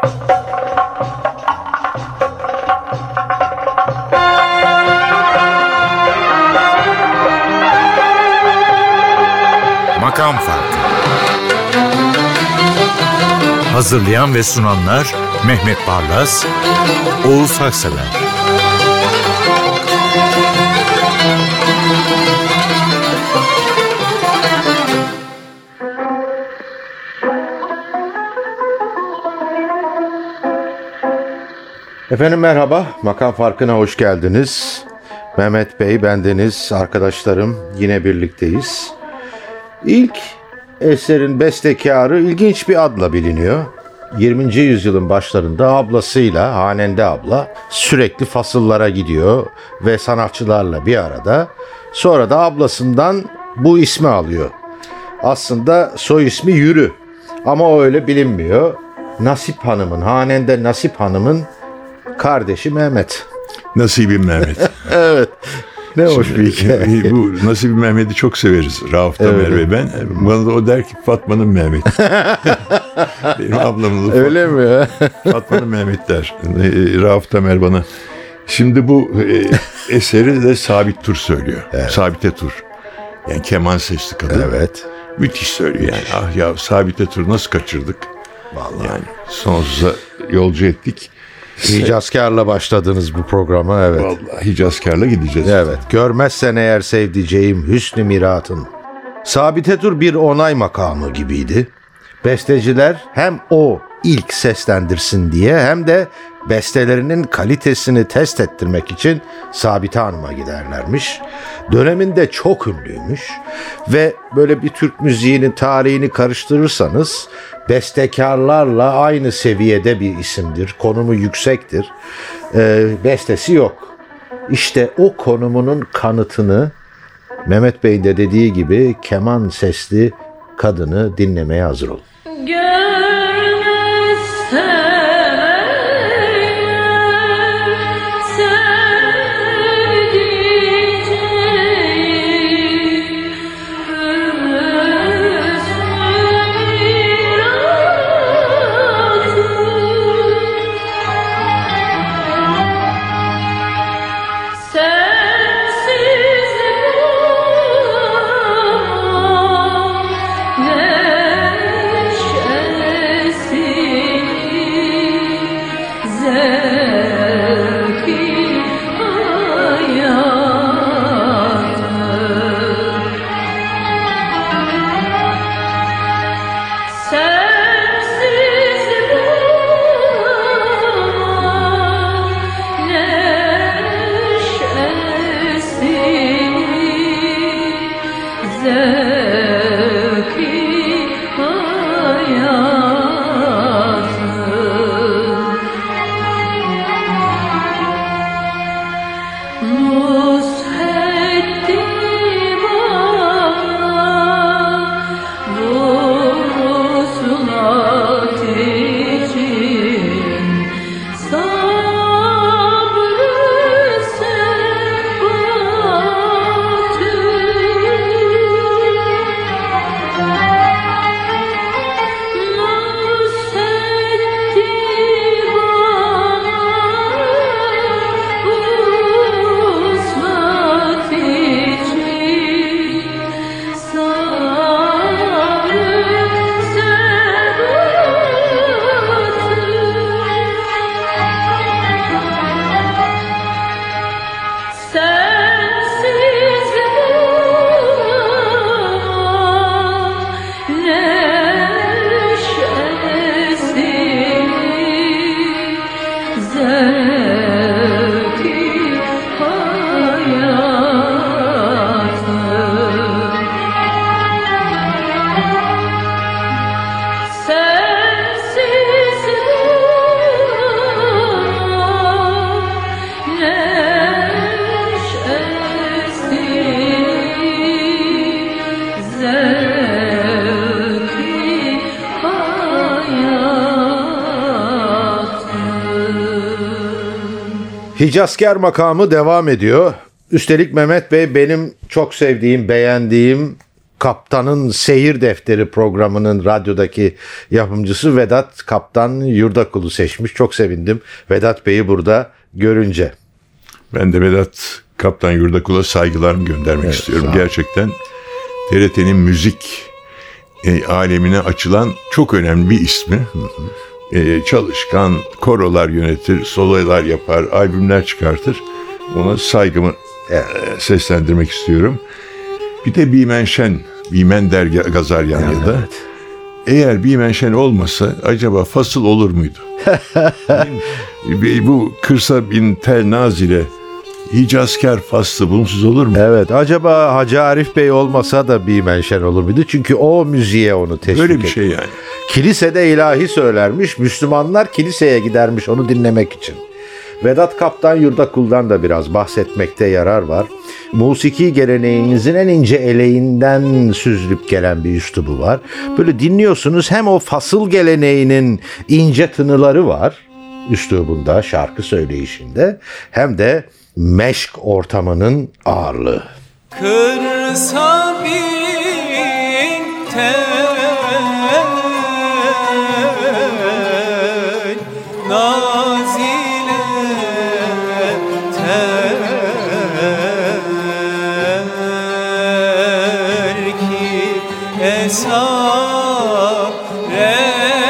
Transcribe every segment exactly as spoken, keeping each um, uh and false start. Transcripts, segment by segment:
Makam Farkı. Hazırlayan ve sunanlar Mehmet Barlas, Oğuz Haksever. Efendim merhaba, Makam Farkı'na hoş geldiniz. Mehmet Bey, bendeniz, arkadaşlarım yine birlikteyiz. İlk eserin bestekarı ilginç bir adla biliniyor. yirminci yüzyılın başlarında ablasıyla, Hanende abla, sürekli fasıllara gidiyor ve sanatçılarla bir arada. Sonra da ablasından bu ismi alıyor. Aslında soy ismi Yürü ama o öyle bilinmiyor. Nasip Hanım'ın, Hanende Nasip Hanım'ın kardeşi Mehmet. Nasibi Mehmet. Evet. Ne hoş bir hikaye. Bu Nasibi Mehmet'i çok severiz. Rauf Tamer ve ben. Bana da o der ki Fatma'nın Mehmet. Benim ablamın da Öyle mi? Fatma'nın Mehmet der. Rauf Tamer bana. Şimdi bu e, eseri de Sabit Tur söylüyor. Evet. Sabite Tur. Yani keman sesli kadın. Evet. Müthiş söylüyor yani. Ah ya Sabite Tur nasıl kaçırdık? Vallahi. Yani sonsuza yolcu ettik. Hicazkar'la başladınız bu programa, evet. Vallahi Hicazkar'la gideceğiz. Evet. Görmezsen eğer sevdiceğim hüsnü miratın. Sabite Tur bir onay makamı gibiydi. Besteciler hem o ilk seslendirsin diye hem de bestelerinin kalitesini test ettirmek için Sabite Hanım'a giderlermiş. Döneminde çok ünlüymüş ve böyle bir Türk müziğinin tarihini karıştırırsanız bestekarlarla aynı seviyede bir isimdir. Konumu yüksektir. Ee, bestesi yok. İşte o konumunun kanıtını Mehmet Bey'in de dediği gibi keman sesli kadını dinlemeye hazır olun. Hicazkar makamı devam ediyor. Üstelik Mehmet Bey benim çok sevdiğim, beğendiğim Kaptan'ın Seyir Defteri programının radyodaki yapımcısı Vedat Kaptan Yurdakul'u seçmiş. Çok sevindim Vedat Bey'i burada görünce. Ben de Vedat Kaptan Yurdakul'a saygılarımı göndermek evet, istiyorum. Gerçekten T R T'nin müzik e, alemine açılan çok önemli bir ismi. Hı hı. E, çalışkan, korolar yönetir, sololar yapar, albümler çıkartır. Ona saygımı e, seslendirmek istiyorum. Bir de Bimenşen, Bimender Gazaryan ya da evet. Eğer Bimenşen olmasa acaba fasıl olur muydu? Bu Kırsa bin Tel Nazile Hicazkar faslı bunsuz olur mu? Evet, acaba Hacı Arif Bey olmasa da Bimenşen olur muydu? Çünkü o müziğe onu teşvik etti. Böyle bir şey yani. Kilisede ilahi söylermiş, Müslümanlar kiliseye gidermiş onu dinlemek için. Vedat Kaptan Yurdakul'dan da biraz bahsetmekte yarar var. Musiki geleneğimizin en ince eleğinden süzülüp gelen bir üslubu var. Böyle dinliyorsunuz, hem o fasıl geleneğinin ince tınıları var üslubunda, şarkı söyleyişinde, hem de meşk ortamının ağırlığı. Kırsa bin tel nazile terki esaret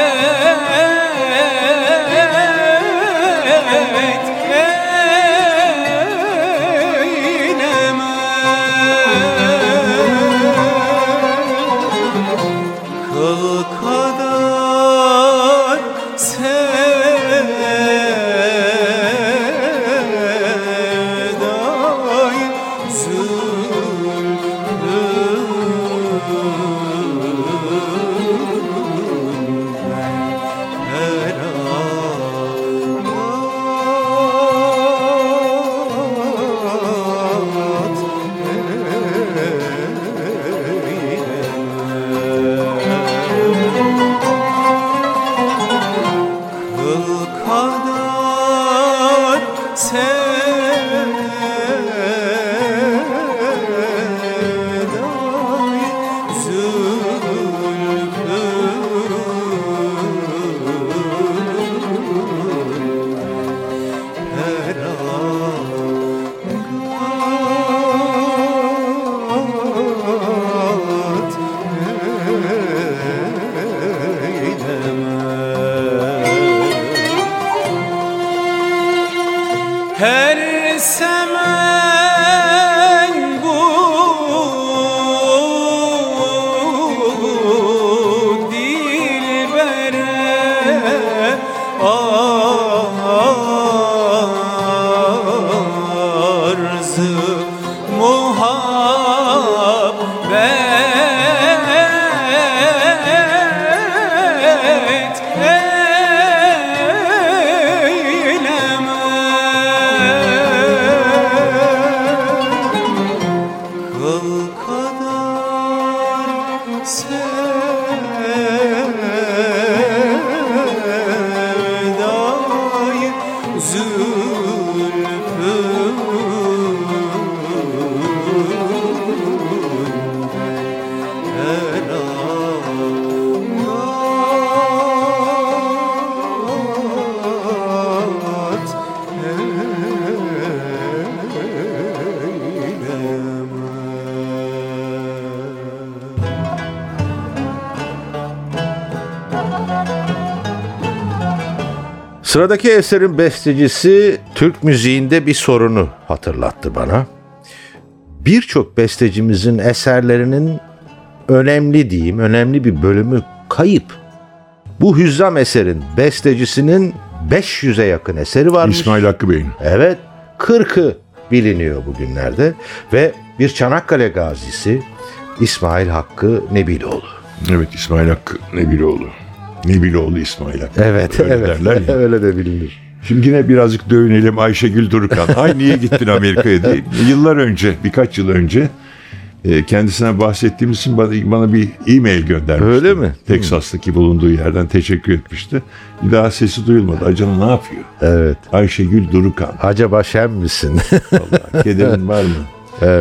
her semen bu dilbere arzı muhabbet Sıradaki eserin bestecisi Türk müziğinde bir sorunu hatırlattı bana. Birçok bestecimizin eserlerinin önemli diyeyim, önemli bir bölümü kayıp. Bu Hüzzam eserin bestecisinin beş yüze yakın eseri varmış. İsmail Hakkı Bey'in. Evet, kırkı biliniyor bugünlerde ve bir Çanakkale gazisi İsmail Hakkı Nebiloğlu. Evet, İsmail Hakkı Nebiloğlu. Nebiloğlu İsmail Hakkı. Evet, öyle evet. Derler ya. Öyle de bilinir. Şimdi yine birazcık dövünelim Ayşegül Durukan. Ay niye gittin Amerika'ya diye. Yıllar önce, birkaç yıl önce kendisine bahsettiğimiz için bana, bana bir e-mail göndermişti. Öyle mi? Teksas'taki bulunduğu yerden teşekkür etmişti. Bir daha sesi duyulmadı. Acaba ne yapıyor? Evet. Ayşegül Durukan. Acaba şen misin? Vallahi kederin var mı? Evet.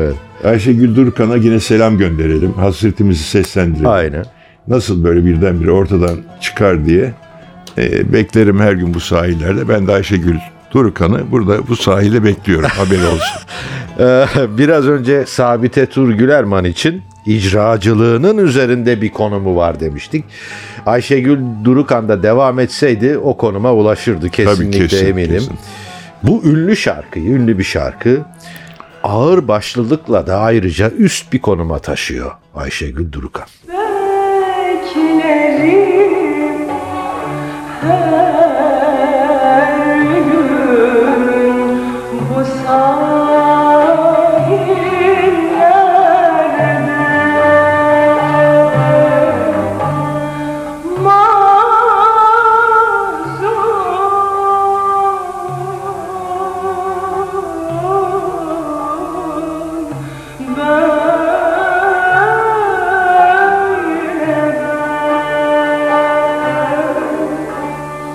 Ayşegül Durukan'a yine selam gönderelim. Hasretimizi seslendirelim. Aynen. Nasıl böyle birdenbire ortadan çıkar diye e, beklerim her gün bu sahillerde. Ben de Ayşegül Durukan'ı burada bu sahilde bekliyorum. Haberi olsun. Ee, biraz önce Sabite Tur Gülerman için icracılığının üzerinde bir konumu var demiştik. Ayşegül Durukan da devam etseydi o konuma ulaşırdı kesinlikle, Tabii, kesin, eminim. kesin. Bu ünlü şarkıyı, ünlü bir şarkı ağır başlılıkla da ayrıca üst bir konuma taşıyor Ayşegül Durukan. Beklerim her gün bu sahillerde mazlum böyle ben.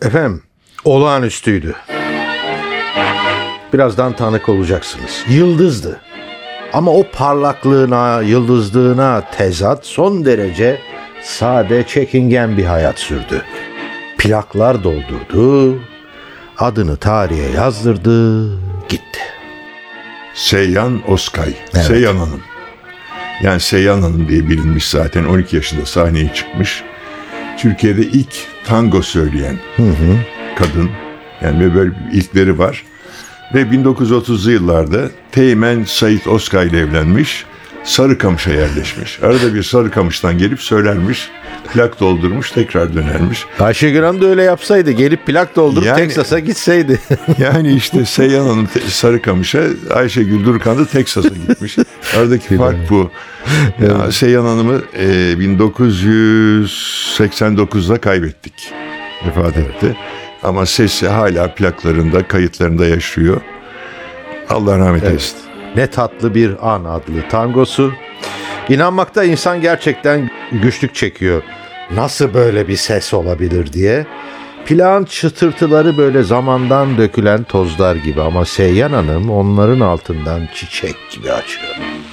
Efendim, olağanüstüydü. Birazdan tanık olacaksınız. Yıldızdı. Ama o parlaklığına, yıldızlığına tezat son derece sade, çekingen bir hayat sürdü. Plaklar doldurdu, adını tarihe yazdırdı, gitti. Seyhan Özkay, Evet. Seyhan Hanım. Yani Seyhan Hanım diye bilinmiş zaten, on iki yaşında sahneye çıkmış. Türkiye'de ilk tango söyleyen kadın. Yani ve böyle ilkleri var. Ve bin dokuz yüz otuzlu yıllarda Teğmen Sait Özkay ile evlenmiş. Sarıkamış'a yerleşmiş. Arada bir Sarıkamış'tan gelip söylermiş. Plak doldurmuş, tekrar dönermiş. Ayşegül Hanım da öyle yapsaydı, gelip plak doldurup Yani- Teksas'a gitseydi. Yani işte Seyhan Hanım te- Sarıkamış'a, Ayşegül Durkan da Teksas'a gitmiş. Aradaki fark bu. Ya, Seyhan Hanım'ı e, bin dokuz yüz seksen dokuzda kaybettik. Vefat etti. Ama sesi hala plaklarında, kayıtlarında yaşıyor. Allah rahmet eylesin. Ne tatlı bir an adlı tangosu. İnanmakta insan gerçekten güçlük çekiyor. Nasıl böyle bir ses olabilir diye. Plağın çıtırtıları böyle zamandan dökülen tozlar gibi ama Seyhan Hanım onların altından çiçek gibi açıyor.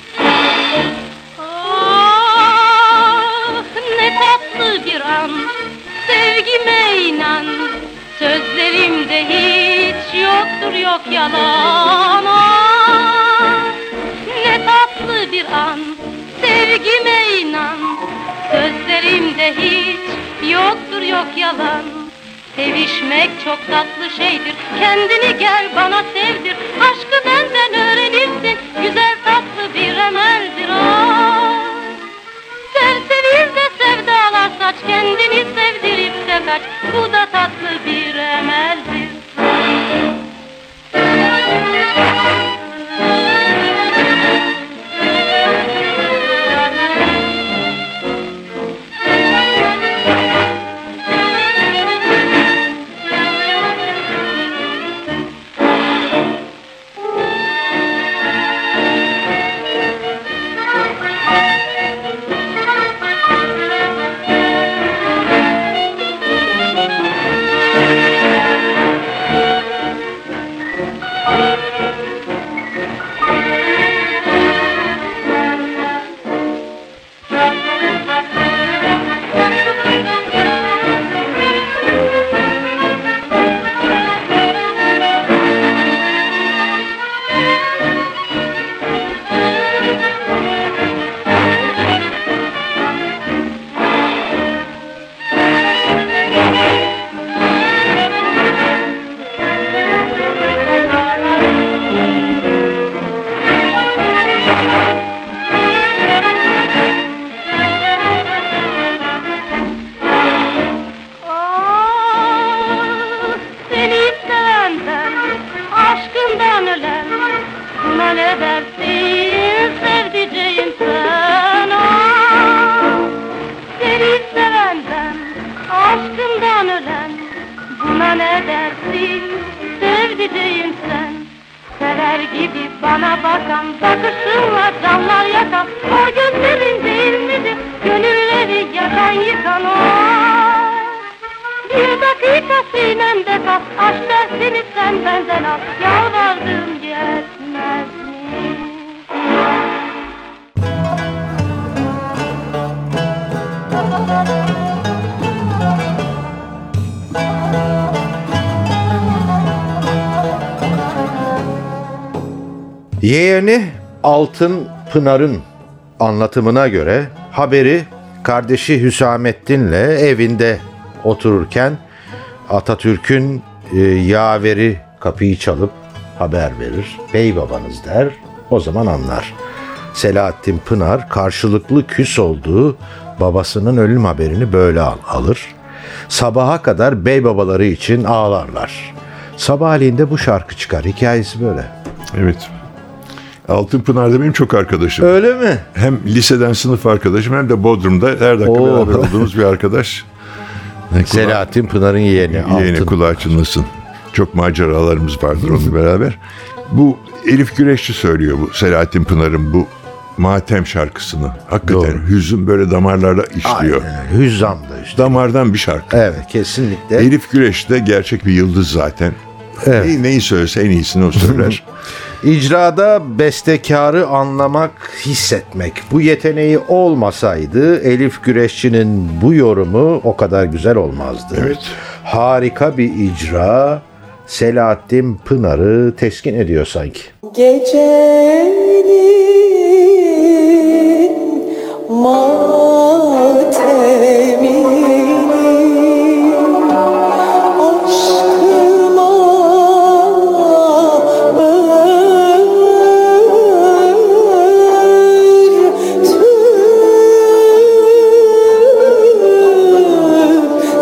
Ah, ne tatlı bir an, sevgime inan. Sözlerimde hiç yoktur, yok yalan. Ah, ne tatlı bir an, sevgime inan. Sözlerimde hiç yoktur, yok yalan. Sevişmek çok tatlı şeydir, kendini gel bana sevdir. Aşkı benden öğrenirsin, güzel tatlı bir emeldir. Ah, sev sevil de sevdalar saç, kendini sevdirip de kaç. Bu da tatlı bir emeldir. Ah, seni sevenden, aşkından ölen, buna ne dersin sevdiceğim sen? Ah, seni sevenden, aşkından ölen, buna ne dersin sevdiceğim sen? Sever gibi bana bakan, bakışınla canlar yakan, o gözlerin değil midir gönülleri yakan yıkan? O bir dakika sinemde kal, aşk dersini sen benden al, yalvardım yetmez mi? Yeğeni Altın Pınar'ın anlatımına göre haberi kardeşi Hüsamettin'le evinde otururken Atatürk'ün e, yaveri kapıyı çalıp haber verir. Bey babanız der, o zaman anlar. Selahattin Pınar karşılıklı küs olduğu babasının ölüm haberini böyle al- alır. Sabaha kadar bey babaları için ağlarlar. Sabahleyin de bu şarkı çıkar. Hikayesi böyle. Evet. Altınpınar'da benim çok arkadaşım. Öyle mi? Hem liseden sınıf arkadaşım hem de Bodrum'da her dakika Oo. beraber olduğumuz bir arkadaş. Kulağı- Selahattin Pınar'ın yeğeni. Yeğeni Altın. kulağı açılmasın. Çok maceralarımız vardır onunla beraber. Bu Elif Güreşçi söylüyor bu Selahattin Pınar'ın bu matem şarkısını. Hakikaten Doğru. hüzün böyle damarlarda işliyor. Aynen, Hüzzam da işte. Damardan bir şarkı. Evet, kesinlikle. Elif Güleş de gerçek bir yıldız zaten. Evet. Neyi, neyi söylese en iyisini o söyler. İcrada bestekarı anlamak, hissetmek. Bu yeteneği olmasaydı Elif Güreşçi'nin bu yorumu o kadar güzel olmazdı. Evet. Harika bir icra. Selahattin Pınar'ı teskin ediyor sanki. Gecenin matemini aşkıma örtüp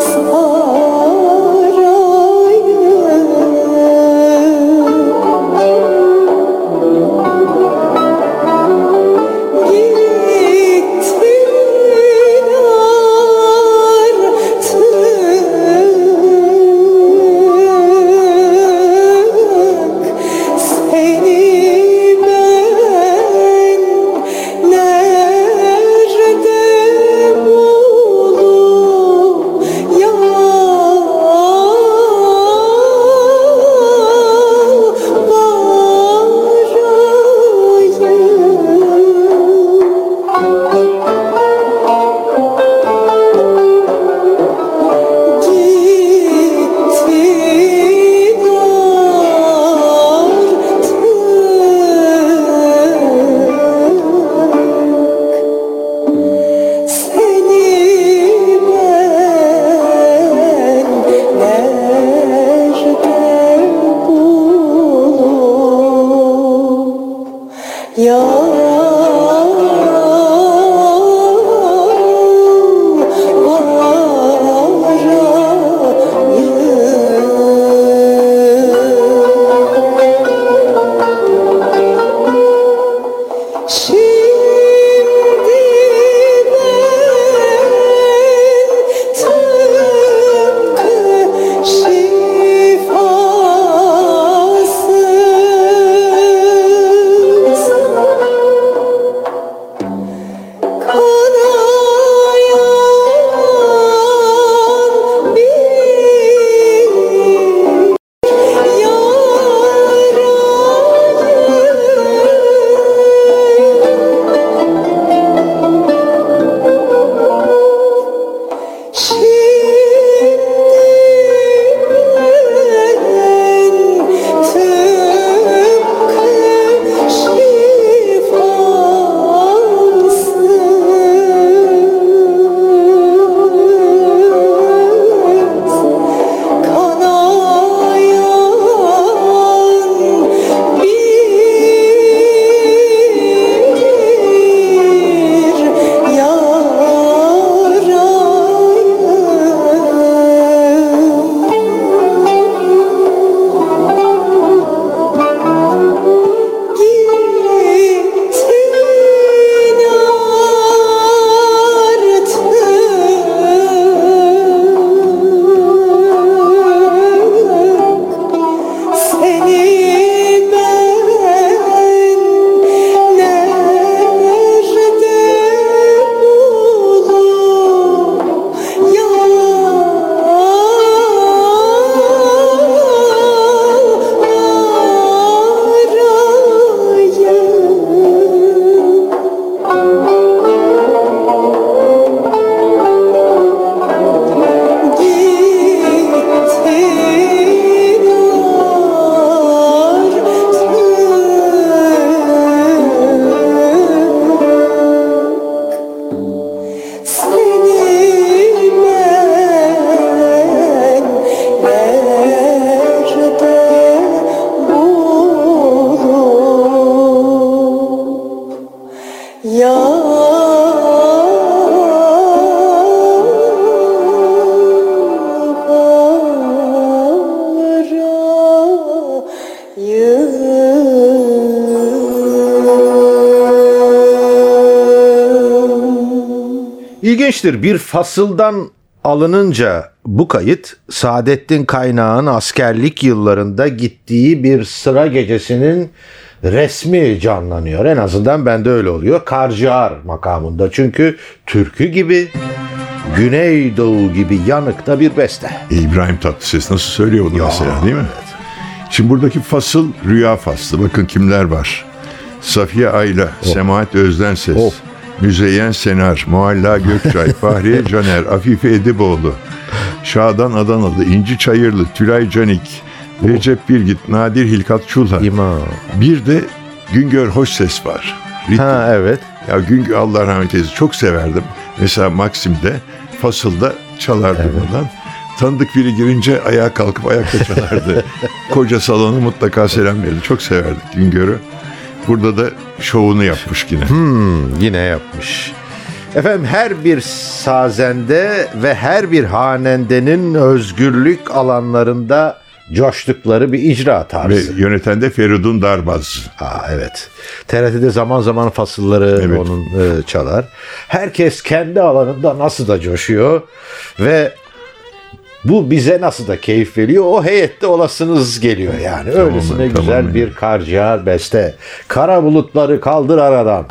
İlginçtir, bir fasıldan alınınca bu kayıt Saadettin Kaynağ'ın askerlik yıllarında gittiği bir sıra gecesinin resmi canlanıyor. En azından bende öyle oluyor. Karciğer makamında. Çünkü türkü gibi, Güneydoğu gibi yanıkta bir beste. İbrahim Tatlıses nasıl söylüyor bunu mesela, değil mi? Evet. Şimdi buradaki fasıl rüya faslı. Bakın kimler var. Safiye Ayla, Semahat Özdenses, Of. Müzeyyen Senar, Mualla Gökçay, Fahriye Caner, Afife Ediboğlu, Şadan Adanalı, İnci Çayırlı, Tülay Canik, Recep Birgit, Nadir Hilkat Çulha. İmam. Bir de Güngör Hoşses var. Ritim. Ha evet. Ya Güngör, Allah rahmet eylesin, çok severdim. Mesela Maksim'de, Fasıl'da çalardı bundan. Tanıdık biri girince ayağa kalkıp ayakta çalardı. Koca salonu mutlaka selam verirdi. Çok severdik Güngör'ü. Burada da şovunu yapmış yine. Hmm, yine yapmış. Efendim, her bir sazende ve her bir hanendenin özgürlük alanlarında coştukları bir icra Ve tarzı. yöneten de Feridun Darbaz. Aa, evet. T R T'de zaman zaman fasılları Evet. onun e, çalar. Herkes kendi alanında nasıl da coşuyor ve bu bize nasıl da keyif veriyor. O heyette olasınız geliyor yani. Öylesine tamam, güzel tamam. bir karciğer beste. Kara bulutları kaldır aradan.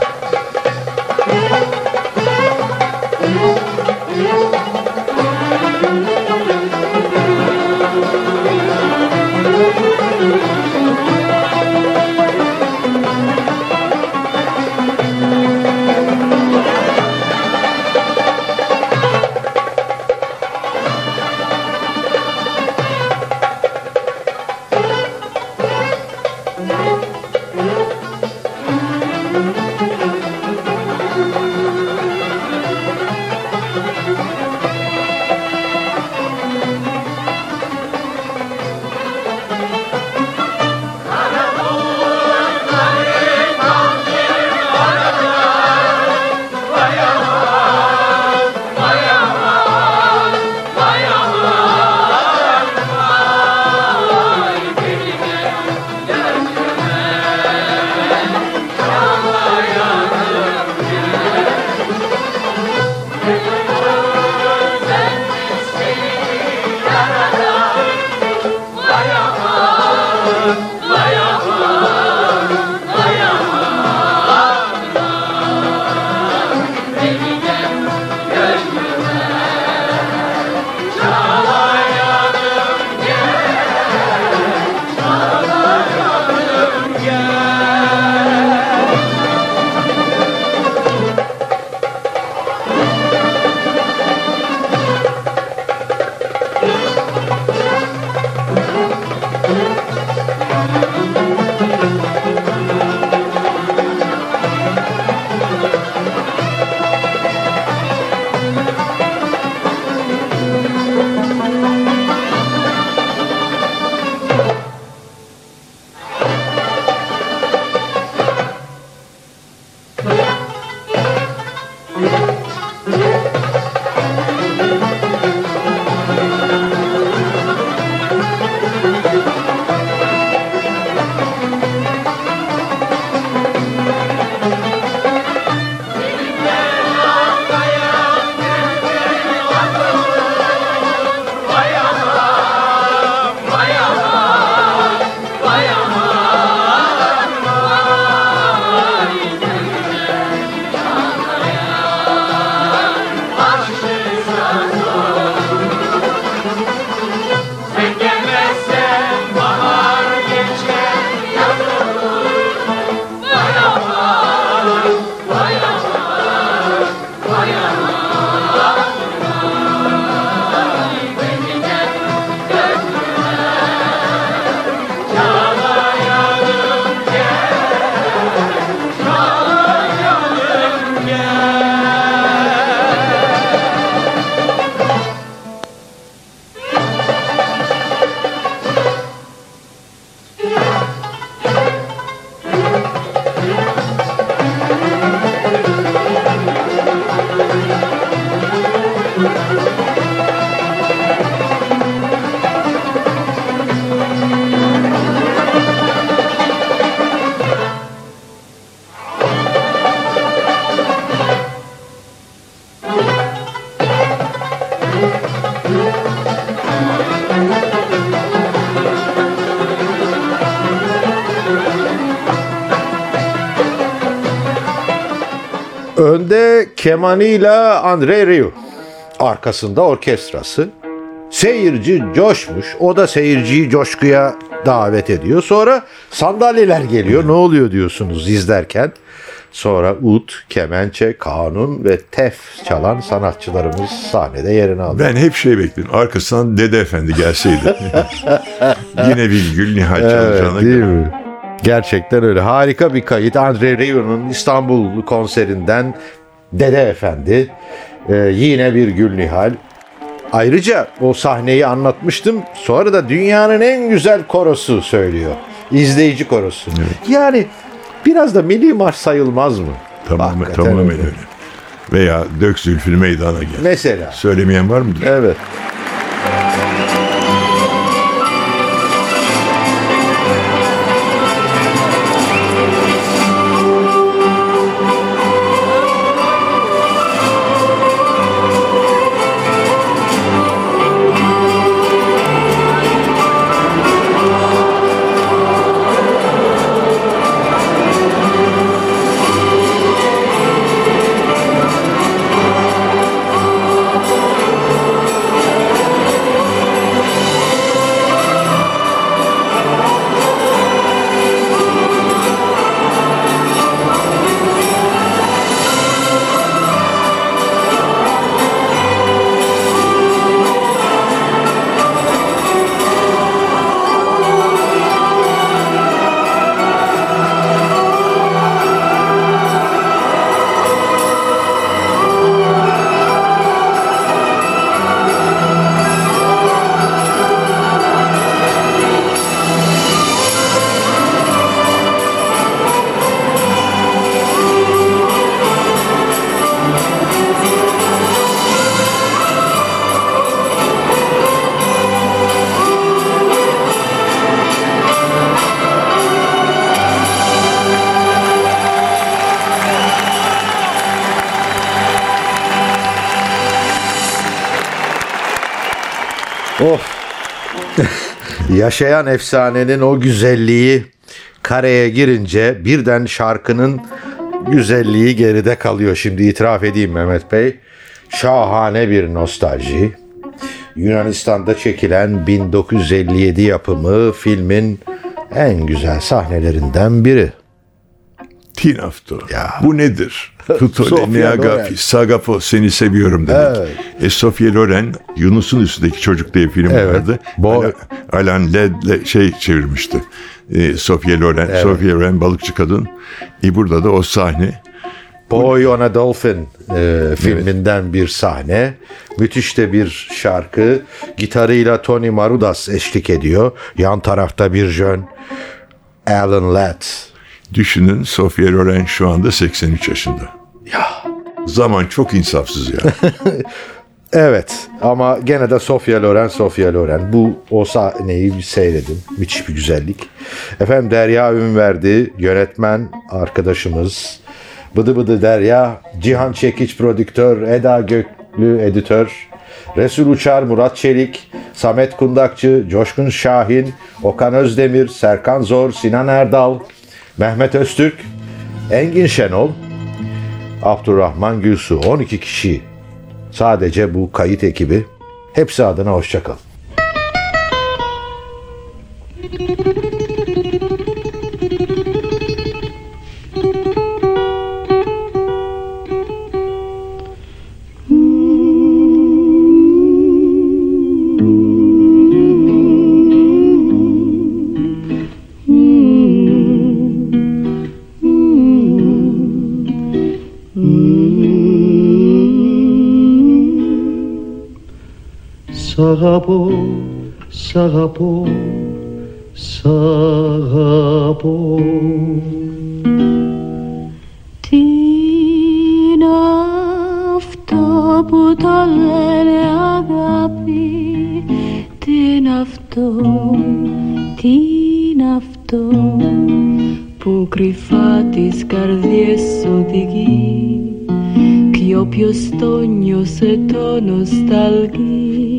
Önde kemanıyla Andrei Rieu, arkasında orkestrası. Seyirci coşmuş, o da seyirciyi coşkuya davet ediyor. Sonra sandalyeler geliyor, ne oluyor diyorsunuz izlerken. Sonra ut, kemençe, kanun ve tef çalan sanatçılarımız sahnede yerini alıyor. Ben hep şey bekledim. Arkasından Dede Efendi gelseydi. Yine bir Gül Nihal çalacağına Evet, değil göre. mi? Gerçekten öyle. Harika bir kayıt. Andrei Rieu'nun İstanbul konserinden Dede Efendi. Ee, yine bir Gül Nihal. Ayrıca o sahneyi anlatmıştım. Sonra da dünyanın en güzel korosu söylüyor. İzleyici korosu. Evet. Yani biraz da milli marş sayılmaz mı? Tamamen, Hakikaten tamamen öyle. öyle. Veya Dök Zülfünü meydana gel. Mesela. Söylemeyen var mıdır? Evet. Of. Yaşayan efsanenin o güzelliği kareye girince birden şarkının güzelliği geride kalıyor. Şimdi itiraf edeyim Mehmet Bey. Şahane bir nostalji. Yunanistan'da çekilen bin dokuz yüz elli yedi yapımı filmin en güzel sahnelerinden biri. Tinafto. Ya. Bu nedir? Tutole Sofia Loren. Neagafi, Sagafo seni seviyorum demek. Evet. E, Sofia Loren, Yunus'un üstündeki çocuk diye film Evet. vardı. Bo- Alan, Alan Ladd'le şey çevirmişti. E, Sofia Loren, Evet. Sofia Loren balıkçı kadın. E, burada da o sahne. Boy on a Dolphin e, filminden bir sahne. Müthiş de bir şarkı. Gitarıyla Tony Marudas eşlik ediyor. Yan tarafta bir jön Alan Ladd. Düşünün, Sofia Loren şu anda seksen üç yaşında. Ya. Zaman çok insafsız ya. Evet ama gene de Sofia Loren, Sofia Loren. Bu o sahneyi bir seyredin. Müthiş bir güzellik. Efendim Derya Ünverdi, yönetmen arkadaşımız. Bıdı Bıdı Derya, Cihan Çekiç prodüktör, Eda Göklü editör, Resul Uçar, Murat Çelik, Samet Kundakçı, Coşkun Şahin, Okan Özdemir, Serkan Zor, Sinan Erdal, Mehmet Öztürk, Engin Şenol, Abdurrahman Gülsu. on iki kişi sadece bu kayıt ekibi. Hepsi adına hoşça kalın. Σ' αγαπώ, σ' αγαπώ, σ' αγαπώ. Τι είναι αυτό που το λένε αγάπη? Τι είναι αυτό, τι είναι αυτό που κρυφά τις καρδιές οδηγεί κι όποιος το νιώσε το νοσταλγεί.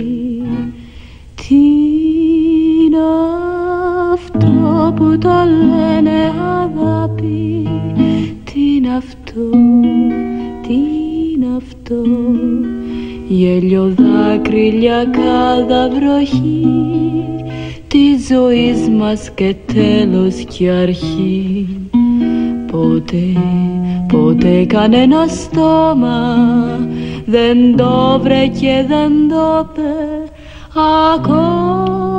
Τι είναι αυτό που το λένε αγάπη? Τι είναι αυτό, τι είναι αυτό, γέλιο δάκρυλια κάδα βροχή της ζωής μας και τέλος και αρχή. Ποτέ, ποτέ κανένα στόμα δεν το βρε και δεν το πε ακόμα.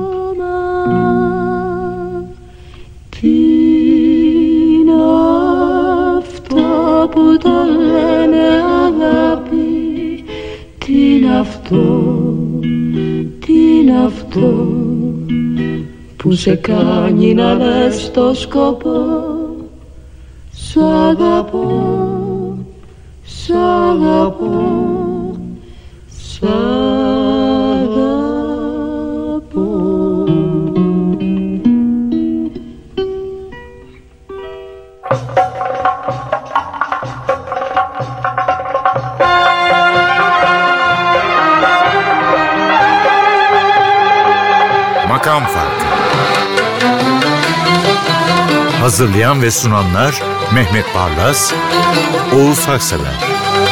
Τι είναι αυτό που το λένε αγάπη, τι είναι αυτό, τι είναι αυτό που σε κάνει να λες το σκοπό. Σ' αγαπώ, σ' αγαπώ, σ' αγαπώ. Makam Farkı. Hazırlayan ve sunanlar Mehmet Barlas, Oğuz Haksever.